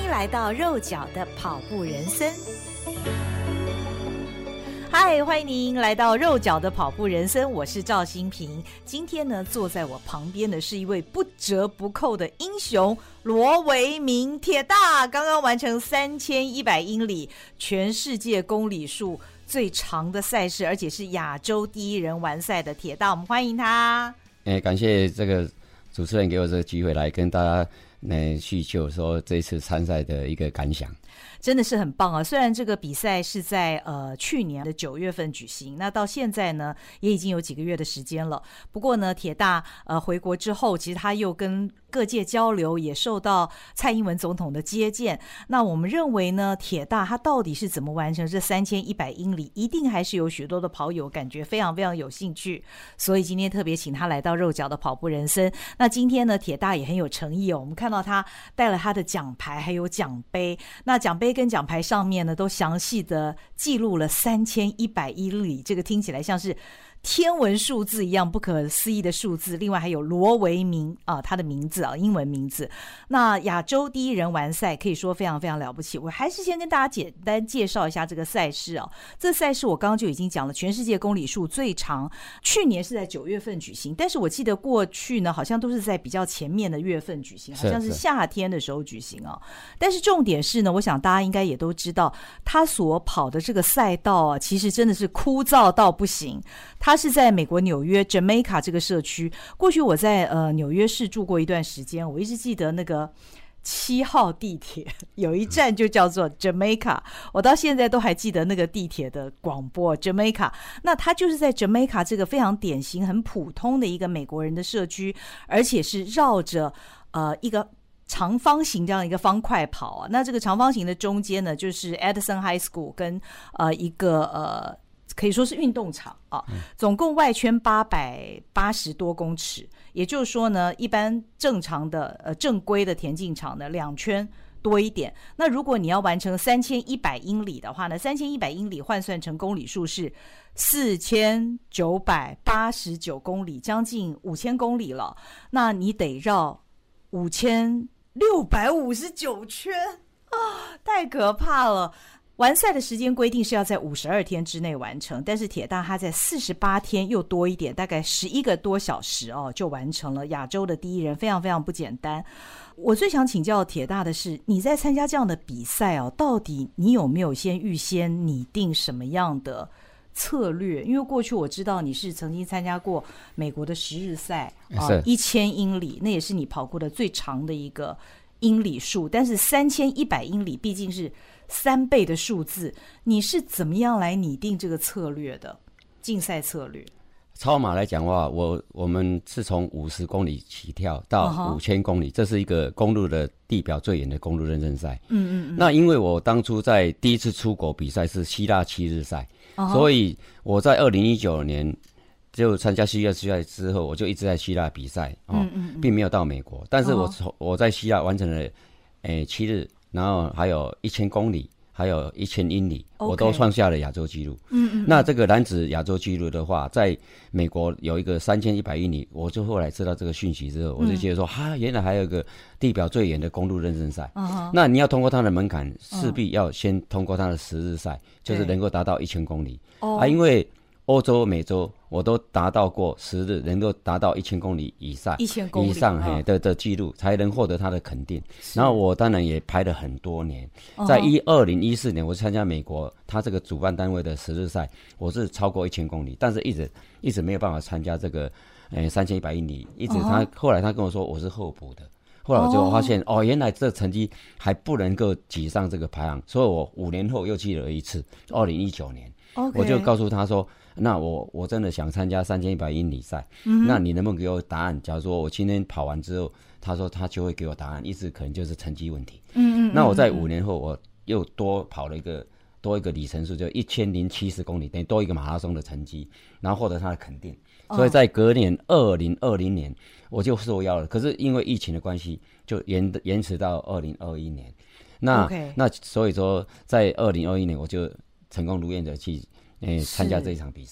来到肉脚的跑步人生。嗨，欢迎您来到肉脚的跑步人生，我是赵心屏。今天呢，坐在我旁边的是一位不折不扣的英雄罗维明铁大，刚刚完成3100英里，全世界公里数最长的赛事，而且是亚洲第一人完赛的铁大，我们欢迎他。 感谢这个主持人给我这个机会来跟大家叙旧说这一次参赛的一个感想。 真的是很棒啊！虽然这个比赛是在去年的9月份举行，那到现在呢也已经有几个月的时间了。不过呢，铁大回国之后，其实他又跟各界交流，也受到蔡英文总统的接见。那我们认为呢，铁大他到底是怎么完成这3100英里，一定还是有许多的跑友感觉非常非常有兴趣。所以今天特别请他来到肉脚的跑步人生。那今天呢，铁大也很有诚意哦。我们看到他带了他的奖牌还有奖杯，那奖杯跟奖牌上面呢，都详细的记录了3100英里，这个听起来像是天文数字一样不可思议的数字。另外还有罗维明他的名字英文名字。那亚洲第一人完赛可以说非常非常了不起。我还是先跟大家简单介绍一下这个赛事这赛事我刚刚就已经讲了，全世界公里数最长，去年是在9月份举行，但是我记得过去呢好像都是在比较前面的月份举行，好像是夏天的时候举行但是重点是呢，我想大家应该也都知道，他所跑的这个赛道其实真的是枯燥到不行。他是在美国纽约 Jamaica 这个社区。过去我在纽约市住过一段时间，我一直记得那个7号地铁有一站就叫做 Jamaica， 我到现在都还记得那个地铁的广播 Jamaica。 那他就是在 Jamaica 这个非常典型很普通的一个美国人的社区，而且是绕着一个长方形这样一个方块跑那这个长方形的中间呢，就是 Edison High School 跟一个可以说是运动场总共外圈880多公尺，也就是说呢，一般正常的正规的田径场呢2圈多一点。那如果你要完成3100英里的话呢，3100英里换算成公里数是4989公里，将近5000公里了。那你得绕5659圈太可怕了。完赛的时间规定是要在52天之内完成，但是铁大他在48天又多一点，大概11个多小时就完成了亚洲的第一人，非常非常不简单。我最想请教铁大的是，你在参加这样的比赛到底你有没有预先拟定什么样的策略？因为过去我知道你是曾经参加过美国的10日赛1000英里，那也是你跑过的最长的一个英里数，但是3100英里毕竟是3倍的数字，你是怎么样来拟定这个策略的竞赛策略？ 超马来讲的话，我们是从50公里起跳到5000公里，这是一个公路的地表最远的公路认证赛。那因为我当初在第一次出国比赛是希腊7日赛，所以我在2019年就参加希腊赛之后，我就一直在希腊比赛并没有到美国。但是我在希腊完成了7日，然后还有1000公里，还有1000英里，我都创下了亚洲纪录。那这个男子亚洲纪录的话，在美国有一个3100英里，我就后来知道这个讯息之后，我就觉得说原来还有一个地表最远的公路认证赛。那你要通过它的门槛，势必要先通过它的10日赛，就是能够达到1000公里。因为欧洲、美洲我都达到过10日，能够达到1000公里以上的记录，才能获得他的肯定。然后我当然也排了很多年，在2014年我参加美国他这个主办单位的10日赛，我是超过1000公里，但是一直没有办法参加这个3100英里，一直后来他跟我说我是候补的。后来我就发现原来这成绩还不能够挤上这个排行，所以我5年后又去了一次，2019年我就告诉他说，那我真的想参加3100英里赛，那你能不能给我答案？假如说我今天跑完之后，他说他就会给我答案，意思可能就是成绩问题。那我在5年后我又多跑了多一个里程数，就1070公里，等于多一个马拉松的成绩，然后获得他的肯定。所以在隔年2020年我就受邀了，可是因为疫情的关系，就延迟到2021年。那所以说在2021年我就成功如愿的去参加这一场比赛。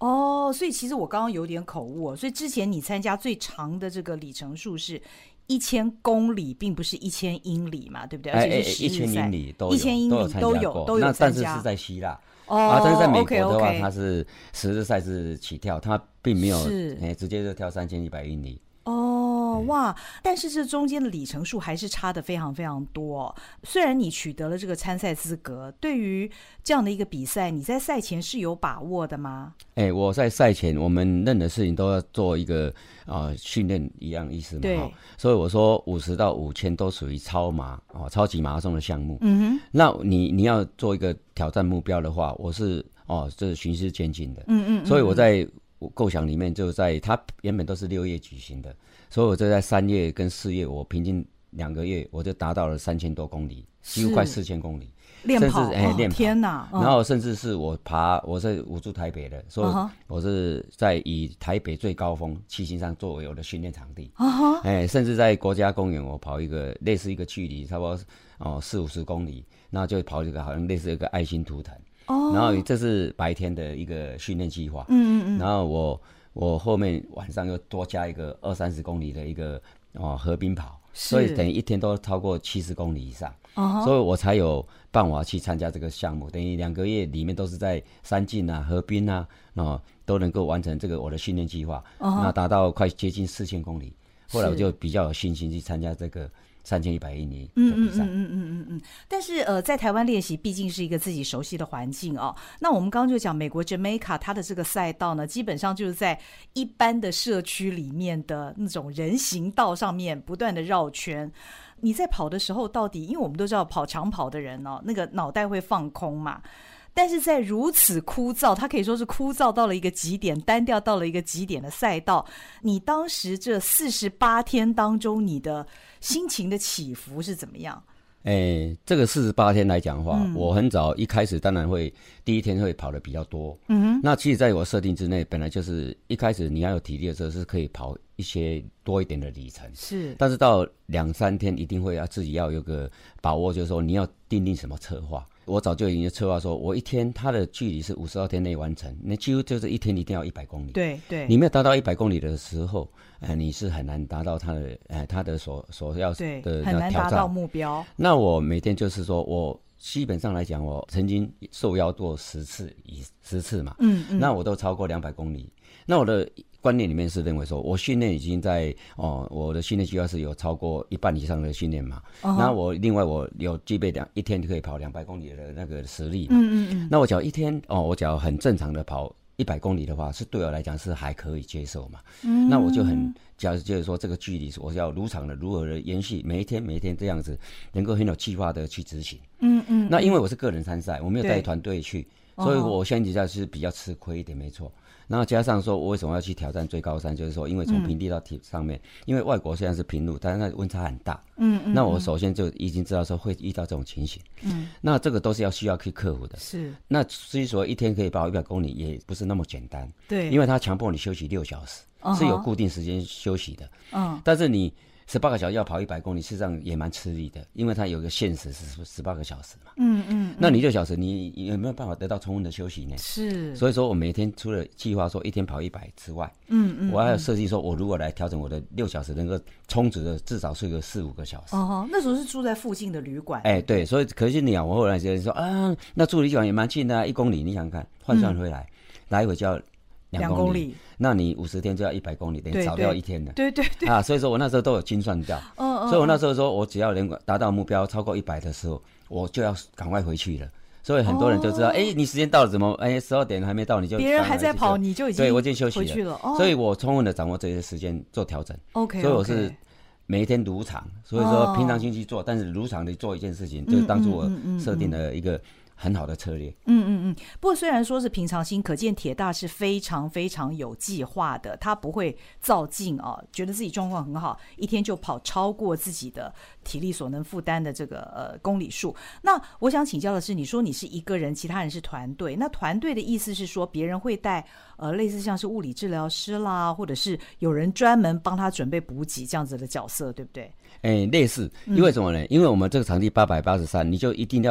哦，所以其实我刚刚有点口误，所以之前你参加最长的这个里程数是1000公里，并不是1000英里嘛，对不对？而且是 1000英里都有 ，1000英里都有那参加。 但是是在希腊。 哦， 但是在美国的话， OK 它是10日赛制起跳，它并没有直接就跳3100英里。 哦，哇！但是这中间的里程数还是差的非常非常多。虽然你取得了这个参赛资格，对于这样的一个比赛，你在赛前是有把握的吗？ 我在赛前，我们任何事情都要做一个训练一样意思嘛。 对。 所以我说50到5000都属于超级马拉松的项目。那你要做一个挑战目标的话，我是这是循序渐进的。所以我在构想里面就在它原本都是6月举行的，所以我就在3月跟4月，我平均2个月我就达到了3000多公里，几乎快4000公里。 练跑， 练跑， 天哪！ 然后甚至是我住台北的，所以我是在以台北最高峰七星山作为我的训练场地。甚至在国家公园我跑一个类似一个距离差不多40-50公里，然后就跑一个好像类似一个爱心图腾。然后这是白天的一个训练计划。然后我后面晚上又多加一个20-30公里的一个河滨跑，所以等于一天都超过70公里以上。所以我才有办法去参加这个项目，等于2个月里面都是在山径啊、河滨啊，都能够完成这个我的训练计划，那达到快接近4000公里。后来我就比较有信心去参加这个3100英里的比赛。 但是在台湾练习毕竟是一个自己熟悉的环境哦。那我们刚刚就讲美国 Jamaica 它的这个赛道呢，基本上就是在一般的社区里面的那种人行道上面不断的绕圈。你在跑的时候到底，因为我们都知道跑长跑的人那个脑袋会放空嘛，但是在如此枯燥，它可以说是枯燥到了一个极点，单调到了一个极点的赛道，你当时这48天当中，你的心情的起伏是怎么样？ 这个48天来讲的话，我很早一开始当然会第一天会跑的比较多。那其实在我设定之内，本来就是一开始你要有体力的时候是可以跑一些多一点的里程， 是。 但是到2-3天一定会自己要有个把握，就是说你要定什么策划。我早就已经策划说，我一天它的距离是52天内完成，那几乎就是一天一定要100公里。 对对， 你没有达到100公里的时候，你是很难达到它的所要的很难达到目标。 那我每天就是说，我基本上来讲，我曾经受邀过10次嘛，那我都超过200公里。那我的观念里面是认为说，我训练已经在我的训练计划是有超过一半以上的训练嘛。那我另外我有具备一天就可以跑200公里的那个实力嘛。那我只要一天我只要很正常的跑100公里的话，是对我来讲是还可以接受嘛。那我就假如就是说这个距离我要如何的延续，每一天这样子，能够很有计划的去执行。那因为我是个人参赛，我没有带团队去，所以我现在是比较吃亏一点，没错。然后加上说，我为什么要去挑战最高山？就是说，因为从平地到上面，因为外国虽然是平路，但是那温差很大。那我首先就已经知道说会遇到这种情形。那这个都是需要去克服的。 是。 那之所以一天可以跑100公里，也不是那么简单。 对。 因为它强迫你休息6小时，是有固定时间休息的。但是你18个小时要跑100公里，事实上也蛮吃力的，因为它有一个限时是18个小时嘛。那你6小时，你有没有办法得到充分的休息呢？ 是。所以说我每天除了计划说一天跑100之外，我还要设计说，我如果来调整我的6小时，能够充足的至少睡个4-5个小时。 那时候是住在附近的旅馆。 对，所以可惜你我后来觉得说那住旅馆也蛮近的1公里，你想看换算回来，来回就要2公里，那你50天就要100公里，等于少掉1天了。 对所以说我那时候都有精算掉。所以我那时候说，我只要能达到目标超过100的时候，我就要赶快回去了。所以很多人就知道，你时间到了怎么12点还没到，你就别人还在跑，你就已经对我已经休息回去了。 所以我充分的掌握这些时间做调整。 OK， 所以我是每一天如常，所以说平常心去做，但是如常的做一件事情，就是当初我设定了一个很好的策略。 不过虽然说是平常心，可见铁大是非常非常有计划的，他不会躁进觉得自己状况很好，一天就跑超过自己的体力所能负担的这个公里数。那我想请教的是，你说你是一个人，其他人是团队，那团队的意思是说别人会带类似像是物理治疗师啦，或者是有人专门帮他准备补给这样子的角色，对不对？ 类似，因为什么呢？因为我们这个场地883，你就一定要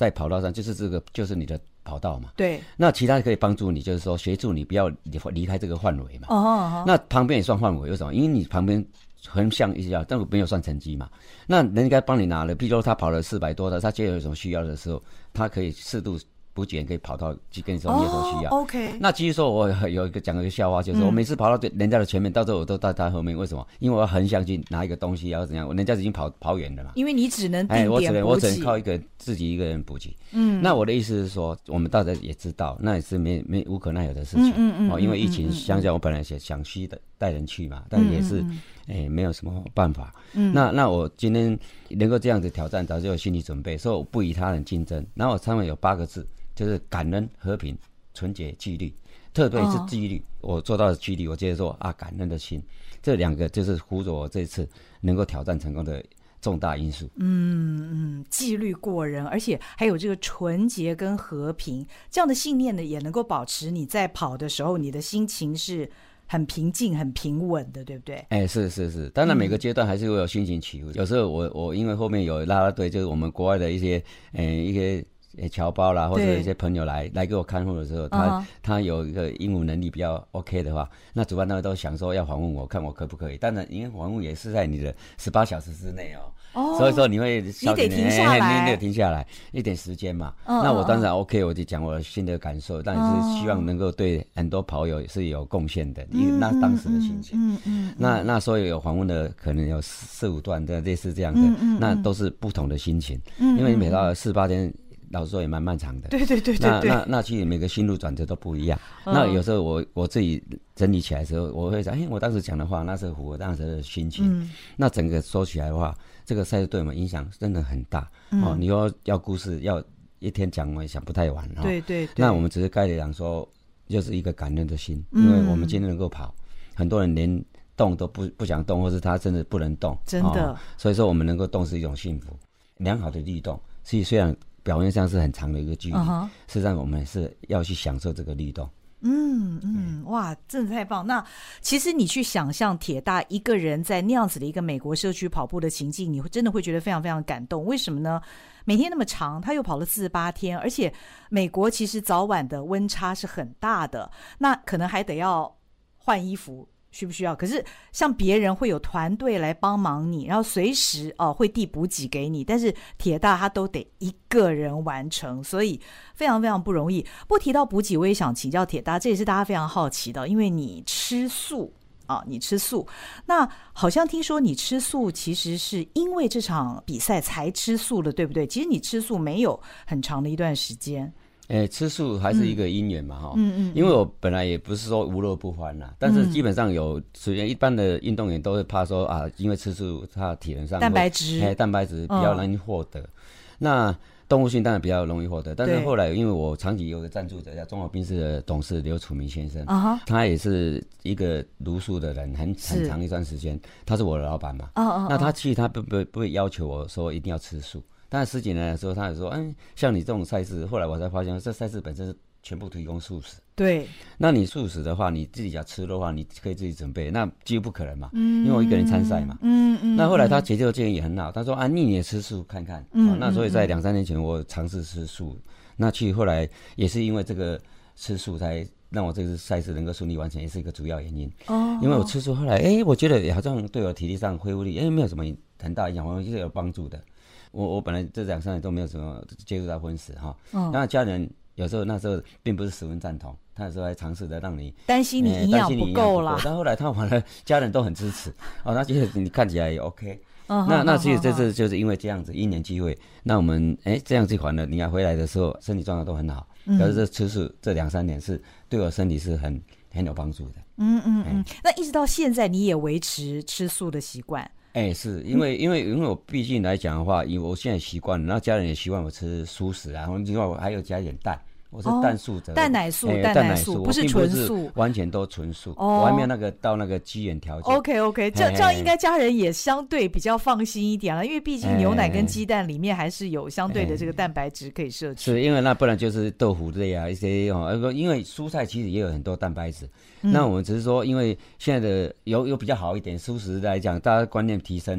在跑道上，就是这个就是你的跑道嘛。 对。 那其他可以帮助你，就是说协助你不要离开这个范围嘛。那旁边也算范围，为什么？因为你旁边横向一下，但没有算成绩嘛。那人家帮你拿了，譬如说他跑了400多的，他接着有什么需要的时候，他可以适度补给，可以跑到去跟你说你有什么需要。 OK。 那其实说我有讲一个笑话，就是说我每次跑到人家的前面，到最后我都在他后面，为什么？因为我要横向去拿一个东西，要怎样？人家已经跑远了嘛。 因为你只能定点我只能靠自己一个人补给。那我的意思是说，我们大家也知道，那也是没无可奈何的事情。因为疫情相较，我本来想去带人去嘛，但也是没有什么办法。那我今天能够这样子挑战，早就有心理准备，所以我不与他人竞争。然后上面有8个字。就是感恩、和平、纯洁、纪律，特别是纪律，我做到的纪律，我接着说感恩的心，这2个就是辅佐我这次能够挑战成功的重大因素。 纪律过人，而且还有这个纯洁跟和平这样的信念呢，也能够保持你在跑的时候，你的心情是很平静、很平稳的，对不对？ 是，当然每个阶段还是会有心情起伏。有时候我因为后面有啦啦队，就是我们国外的一些侨胞啦，或者一些朋友来给我看护的时候，他有一个英文能力比较 OK 的话，那主办单位都想说要访问我，看我可不可以。当然，因为访问也是在你的18小时之内所以说你会你得停下来， 你得停下来一点时间嘛。那我当然 OK， 我就讲我的新的感受，但是希望能够对很多跑友是有贡献的，那当时的心情。那所以有访问的可能有4、5段的类似这样的，那都是不同的心情，因为你每到4、8天。老实说也蛮漫长的， 对。 那其实每个心路转折都不一样。那有时候我自己整理起来的时候，我会想，我当时讲的话，那是符合当时的心情。那整个说起来的话，这个赛事对我们影响真的很大。你要故事要一天讲，我也想不太完。 对。 那我们只是概略讲说，就是一个感恩的心，因为我们今天能够跑，很多人连动都不想动，或是他真的不能动， 真的。 所以说我们能够动是一种幸福，良好的律动。所以虽然表面上是很长的一个距离，事实上我们是要去享受这个律动。 哇，真的太棒！那其实你去想象铁大一个人在那样子的一个美国社区跑步的情境，你会真的会觉得非常非常感动。为什么呢？每天那么长，他又跑了48天，而且美国其实早晚的温差是很大的，那可能还得要换衣服。需不需要？可是像别人会有团队来帮忙你，然后随时会递补给给你，但是铁大他都得一个人完成，所以非常非常不容易。不过提到补给，我也想请教铁大，这也是大家非常好奇的，因为你吃素你吃素，那好像听说你吃素其实是因为这场比赛才吃素的，对不对？其实你吃素没有很长的一段时间。 吃素还是一个因缘嘛，因为我本来也不是说无乐不欢啦，但是基本上一般的运动员都会怕说因为吃素，他体能上蛋白质比较难获得。那动物性当然比较容易获得，但是后来因为我长期有个赞助者叫中华宾士的董事刘楚明先生，他也是一个茹素的人，很长一段时间，他是我的老板嘛。那他其实他不会要求我说一定要吃素。但是10几年的时候，他也说，像你这种赛事，后来我才发现，这赛事本身是全部提供素食。 对。 那你素食的话，你自己要吃的话，你可以自己准备，那几乎不可能嘛。因为我一个人参赛嘛。那后来他解救建议也很好，他说你也吃素看看。那所以在2、3年前，我尝试吃素。那其实后来也是因为这个吃素，才让我这次赛事能够顺利完成，也是一个主要原因。因为我吃素，后来我觉得好像对我体力上恢复力没有什么很大影响，我觉得有帮助的。我本来这2、3年都没有什么接触到荤食那家人有时候那时候并不是十分赞同，他有时候还尝试的让你担心你营养不够啦。 但后来他反而家人都很支持他觉得你看起来也 OK。那其实这次就是因为这样子因缘际会，那我们这样子还了，你要回来的时候身体状况都很好。可是这吃素这2、3年是对我身体是很有帮助的。 那一直到现在你也维持吃素的习惯？ 是因为我毕竟来讲的话，因为我现在习惯了，然后家人也习惯我吃蔬食然后另外我还有加一点蛋，我是蛋素者， 蛋奶素，不是纯素， 完全都纯素。我还没有到那个机缘条件。 OK， 这样应该家人也相对比较放心一点了，因为毕竟牛奶跟鸡蛋里面还是有相对的这个蛋白质可以摄取。 是因为那不然就是豆腐类一些因为蔬菜其实也有很多蛋白质。那我们只是说，因为现在的有比较好一点，蔬食来讲，大家观念提升了，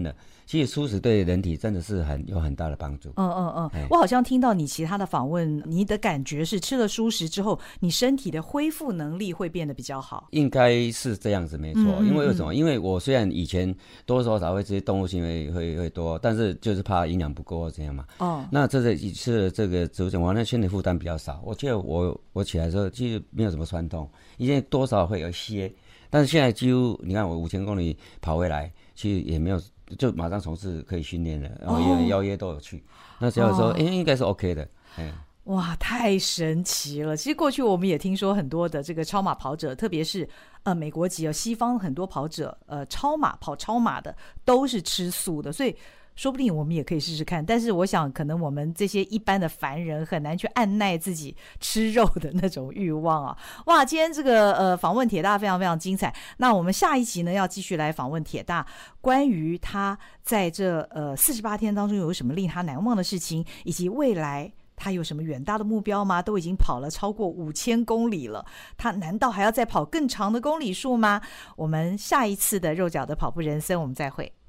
其实蔬食对人体真的是有很大的帮助。 我好像听到你其他的访问，你的感觉是吃了蔬食之后，你身体的恢复能力会变得比较好。 应该是这样子，没错。因为什么？因为我虽然以前多多少少会吃动物性会多，但是就是怕营养不够这样嘛。那吃了这个植物性，我那身体负担比较少。我记得我起来的时候其实没有什么酸痛，以前多少会有些，但是现在几乎你看我5000公里跑回来，其实也没有。就马上从事可以训练了，然后邀约都有去，那只要说应该是 OK 的。 哇，太神奇了！其实过去我们也听说很多的这个超马跑者，特别是美国籍西方很多跑者跑超马的都是吃素的，所以说不定我们也可以试试看。但是我想可能我们这些一般的凡人很难去按耐自己吃肉的那种欲望啊。哇，今天这个访问铁大非常非常精彩。那我们下一集呢要继续来访问铁大，关于他在这48天当中有什么令他难忘的事情，以及未来他有什么远大的目标吗？都已经跑了超过5000公里了，他难道还要再跑更长的公里数吗？我们下一次的肉脚的跑步人生我们再会。